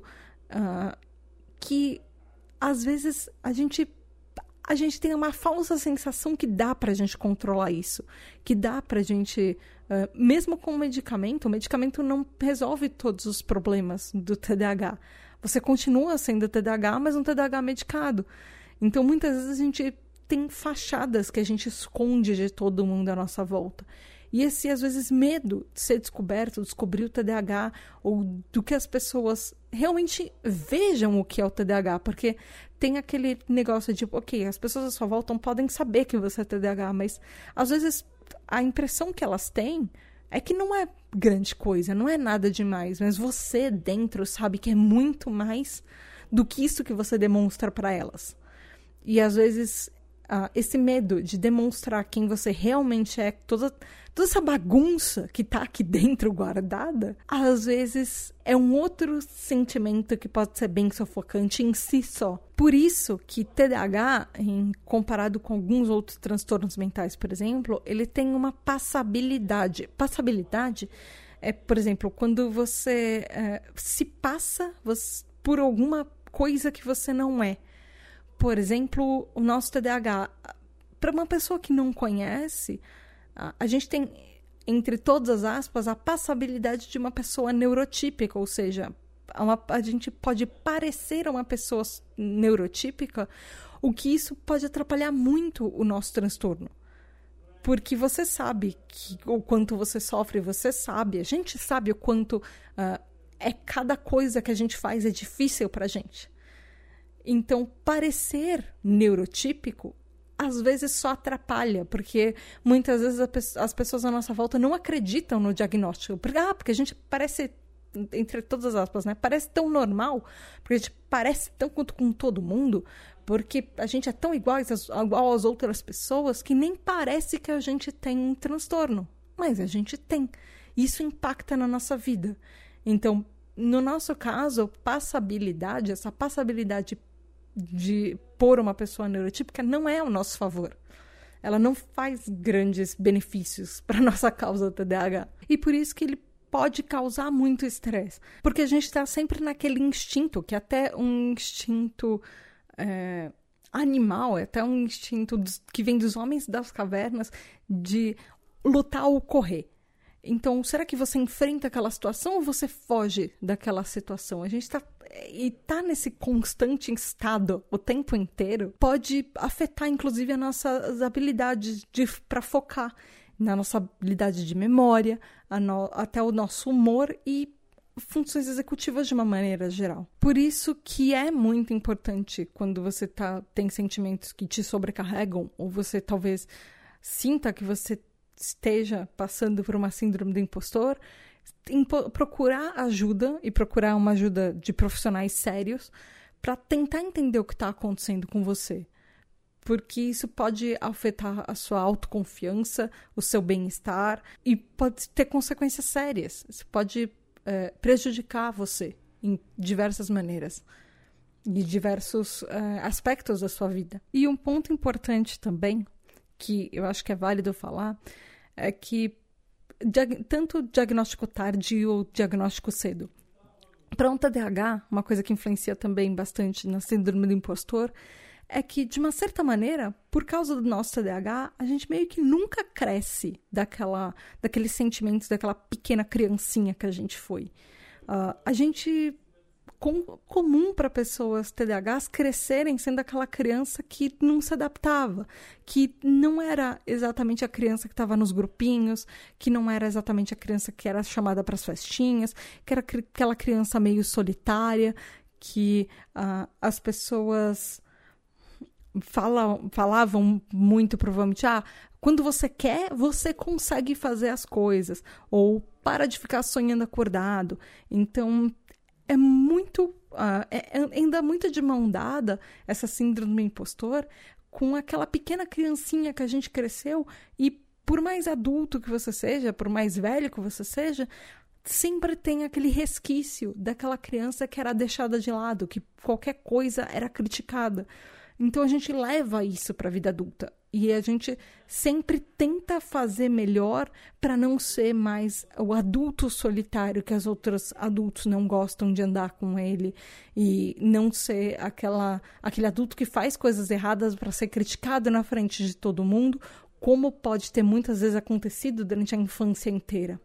que às vezes a gente tem uma falsa sensação que dá pra gente controlar isso, que dá pra gente, mesmo com o medicamento não resolve todos os problemas do TDAH. Você continua sendo TDAH, mas um TDAH medicado. Então, muitas vezes a gente tem fachadas que a gente esconde de todo mundo à nossa volta. E esse, às vezes, medo de ser descoberto, descobrir o TDAH, ou do que as pessoas realmente vejam o que é o TDAH, porque tem aquele negócio de, ok, as pessoas à sua volta podem saber que você é TDAH, mas, às vezes, a impressão que elas têm é que não é grande coisa, não é nada demais, mas você dentro sabe que é muito mais do que isso que você demonstra para elas. E, às vezes, esse medo de demonstrar quem você realmente é, toda essa bagunça que tá aqui dentro guardada, às vezes é um outro sentimento que pode ser bem sufocante em si só. Por isso que TDAH, comparado com alguns outros transtornos mentais, por exemplo, ele tem uma passabilidade. Passabilidade é, por exemplo, quando você se passa por alguma coisa que você não é. Por exemplo, o nosso TDAH. Para uma pessoa que não conhece, a gente tem, entre todas as aspas, a passabilidade de uma pessoa neurotípica, ou seja, a gente pode parecer uma pessoa neurotípica, o que isso pode atrapalhar muito o nosso transtorno. Porque você sabe o quanto você sofre, a gente sabe o quanto cada coisa que a gente faz é difícil para a gente. Então, parecer neurotípico às vezes só atrapalha, porque muitas vezes as pessoas à nossa volta não acreditam no diagnóstico. Porque a gente parece, entre todas as aspas, né? Parece tão normal, porque a gente parece tão quanto com todo mundo, porque a gente é tão igual às outras pessoas que nem parece que a gente tem um transtorno. Mas a gente tem. Isso impacta na nossa vida. Então, no nosso caso, essa passabilidade de pôr uma pessoa neurotípica não é ao nosso favor. Ela não faz grandes benefícios para a nossa causa do TDAH. E por isso que ele pode causar muito estresse. Porque a gente está sempre naquele instinto, que é até um instinto animal, é até um instinto que vem dos homens das cavernas de lutar ou correr. Então, será que você enfrenta aquela situação ou você foge daquela situação? A gente está nesse constante estado o tempo inteiro. Pode afetar, inclusive, as nossas habilidades para focar, na nossa habilidade de memória, até o nosso humor e funções executivas de uma maneira geral. Por isso que é muito importante quando você tem sentimentos que te sobrecarregam, ou você talvez sinta que você esteja passando por uma síndrome do impostor, procurar ajuda e procurar uma ajuda de profissionais sérios para tentar entender o que está acontecendo com você. Porque isso pode afetar a sua autoconfiança, o seu bem-estar e pode ter consequências sérias. Isso pode prejudicar você em diversas maneiras, de diversos aspectos da sua vida. E um ponto importante também, que eu acho que é válido falar, é que tanto diagnóstico tardio ou diagnóstico cedo. Para um TDAH, uma coisa que influencia também bastante na síndrome do impostor é que, de uma certa maneira, por causa do nosso TDAH, a gente meio que nunca cresce daqueles sentimentos, daquela pequena criancinha que a gente foi. A gente comum para pessoas TDAHs crescerem sendo aquela criança que não se adaptava, que não era exatamente a criança que estava nos grupinhos, que não era exatamente a criança que era chamada para as festinhas, que era aquela criança meio solitária, que as pessoas falavam muito provavelmente, quando você quer, você consegue fazer as coisas, ou para de ficar sonhando acordado. Então, é muito, ainda muito de mão dada essa síndrome do impostor com aquela pequena criancinha que a gente cresceu e por mais adulto que você seja, por mais velho que você seja, sempre tem aquele resquício daquela criança que era deixada de lado, que qualquer coisa era criticada. Então a gente leva isso para a vida adulta e a gente sempre tenta fazer melhor para não ser mais o adulto solitário que os outros adultos não gostam de andar com ele e não ser aquele adulto que faz coisas erradas para ser criticado na frente de todo mundo, como pode ter muitas vezes acontecido durante a infância inteira.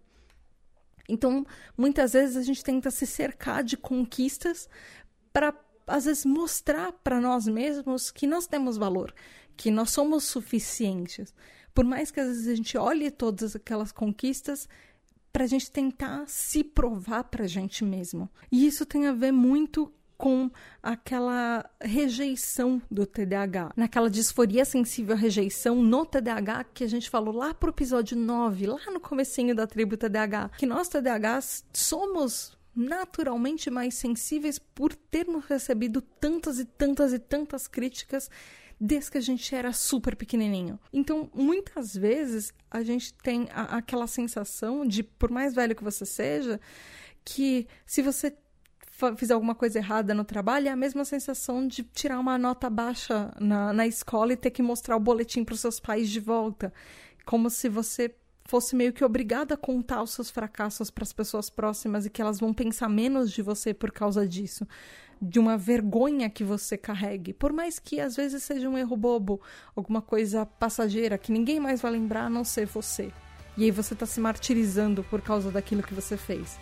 Então, muitas vezes a gente tenta se cercar de conquistas para às vezes mostrar para nós mesmos que nós temos valor, que nós somos suficientes. Por mais que às vezes a gente olhe todas aquelas conquistas para a gente tentar se provar para a gente mesmo. E isso tem a ver muito com aquela rejeição do TDAH, naquela disforia sensível à rejeição no TDAH que a gente falou lá pro episódio 9, lá no comecinho da tribo TDAH, que nós TDAHs somos naturalmente mais sensíveis por termos recebido tantas e tantas e tantas críticas desde que a gente era super pequenininho. Então, muitas vezes, a gente tem aquela sensação de, por mais velho que você seja, que se você fizer alguma coisa errada no trabalho, é a mesma sensação de tirar uma nota baixa na escola e ter que mostrar o boletim para os seus pais de volta. Como se você fosse meio que obrigada a contar os seus fracassos para as pessoas próximas e que elas vão pensar menos de você por causa disso. De uma vergonha que você carregue. Por mais que às vezes seja um erro bobo, alguma coisa passageira que ninguém mais vai lembrar a não ser você. E aí você está se martirizando por causa daquilo que você fez.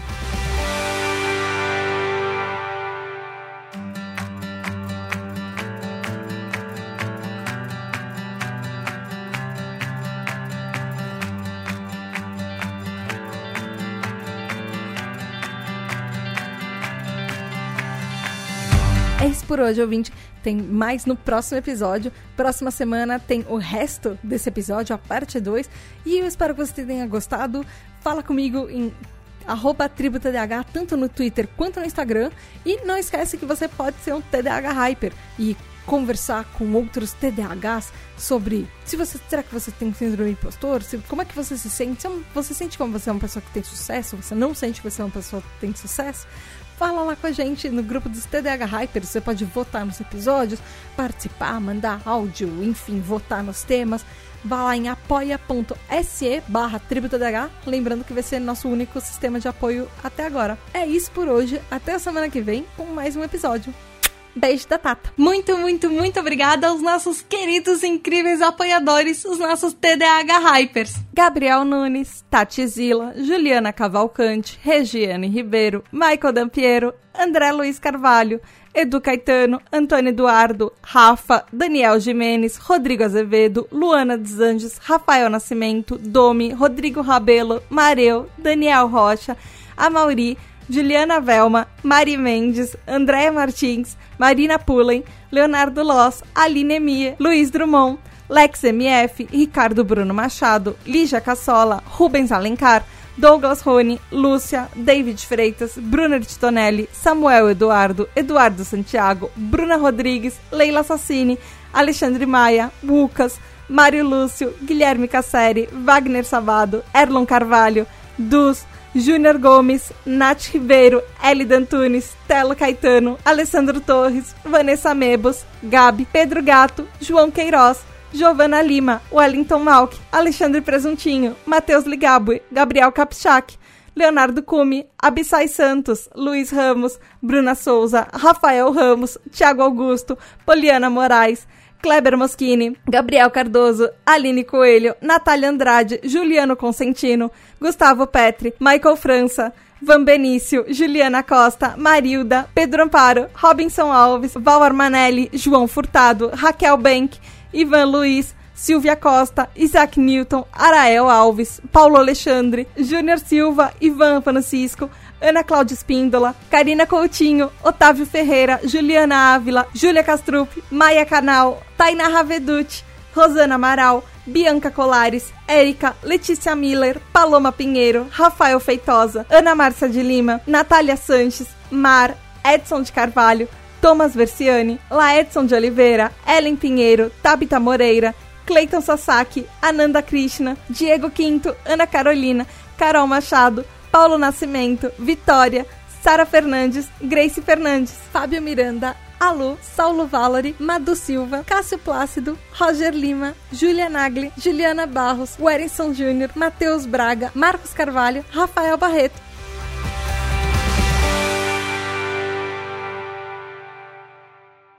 É isso por hoje, ouvinte. Tem mais no próximo episódio. Próxima semana tem o resto desse episódio, a parte 2. E eu espero que você tenha gostado. Fala comigo em @tributdh, tanto no Twitter quanto no Instagram. E não esquece que você pode ser um TDAH Hyper e conversar com outros TDAHs sobre será que você tem síndrome do impostor? Como é que você se sente? Você sente como você é uma pessoa que tem sucesso? Você não sente que você é uma pessoa que tem sucesso? Fala lá com a gente no grupo dos TDAH Hypers. Você pode votar nos episódios, participar, mandar áudio, enfim, votar nos temas. Vá lá em apoia.se/tributdh. Lembrando que vai ser nosso único sistema de apoio até agora. É isso por hoje. Até a semana que vem com mais um episódio. Beijo da Tata. Muito, muito, muito obrigada aos nossos queridos e incríveis apoiadores, os nossos TDAH Hypers. Gabriel Nunes, Tati Zila, Juliana Cavalcante, Regiane Ribeiro, Michael Dampiero, André Luiz Carvalho, Edu Caetano, Antônio Eduardo, Rafa, Daniel Jimenez, Rodrigo Azevedo, Luana dos Anjos, Rafael Nascimento, Domi, Rodrigo Rabelo, Mareu, Daniel Rocha, Amauri, Juliana Velma, Mari Mendes, Andréia Martins, Marina Pullen, Leonardo Loss, Aline Emia, Luiz Drummond, Lex MF, Ricardo Bruno Machado, Lígia Cassola, Rubens Alencar, Douglas Rony, Lúcia, David Freitas, Bruna Titonelli, Samuel Eduardo, Eduardo Santiago, Bruna Rodrigues, Leila Sassini, Alexandre Maia, Lucas, Mário Lúcio, Guilherme Casseri, Wagner Sabado, Erlon Carvalho, Dus, Júnior Gomes, Nath Ribeiro, Elida Antunes, Telo Caetano, Alessandro Torres, Vanessa Mebos, Gabi, Pedro Gato, João Queiroz, Giovana Lima, Wellington Malk, Alexandre Presuntinho, Matheus Ligabue, Gabriel Kapchak, Leonardo Cume, Abissai Santos, Luiz Ramos, Bruna Souza, Rafael Ramos, Thiago Augusto, Poliana Moraes, Kleber Moschini, Gabriel Cardoso, Aline Coelho, Natália Andrade, Juliano Consentino, Gustavo Petri, Michael França, Van Benício, Juliana Costa, Marilda, Pedro Amparo, Robinson Alves, Val Armanelli, João Furtado, Raquel Bank, Ivan Luiz, Silvia Costa, Isaac Newton, Arael Alves, Paulo Alexandre, Júnior Silva, Ivan Francisco, Ana Cláudia Espíndola, Karina Coutinho, Otávio Ferreira, Juliana Ávila, Júlia Castrup, Maia Canal, Tainá Raveduti, Rosana Amaral, Bianca Colares, Érica, Letícia Miller, Paloma Pinheiro, Rafael Feitosa, Ana Márcia de Lima, Natália Sanches, Mar, Edson de Carvalho, Thomas Versiani, Laedson de Oliveira, Ellen Pinheiro, Tabita Moreira, Cleiton Sasaki, Ananda Krishna, Diego Quinto, Ana Carolina, Carol Machado, Paulo Nascimento, Vitória, Sara Fernandes, Grace Fernandes, Fábio Miranda, Alu, Saulo Valori, Madu Silva, Cássio Plácido, Roger Lima, Júlia Nagli, Juliana Barros, Wellington Júnior, Matheus Braga, Marcos Carvalho, Rafael Barreto,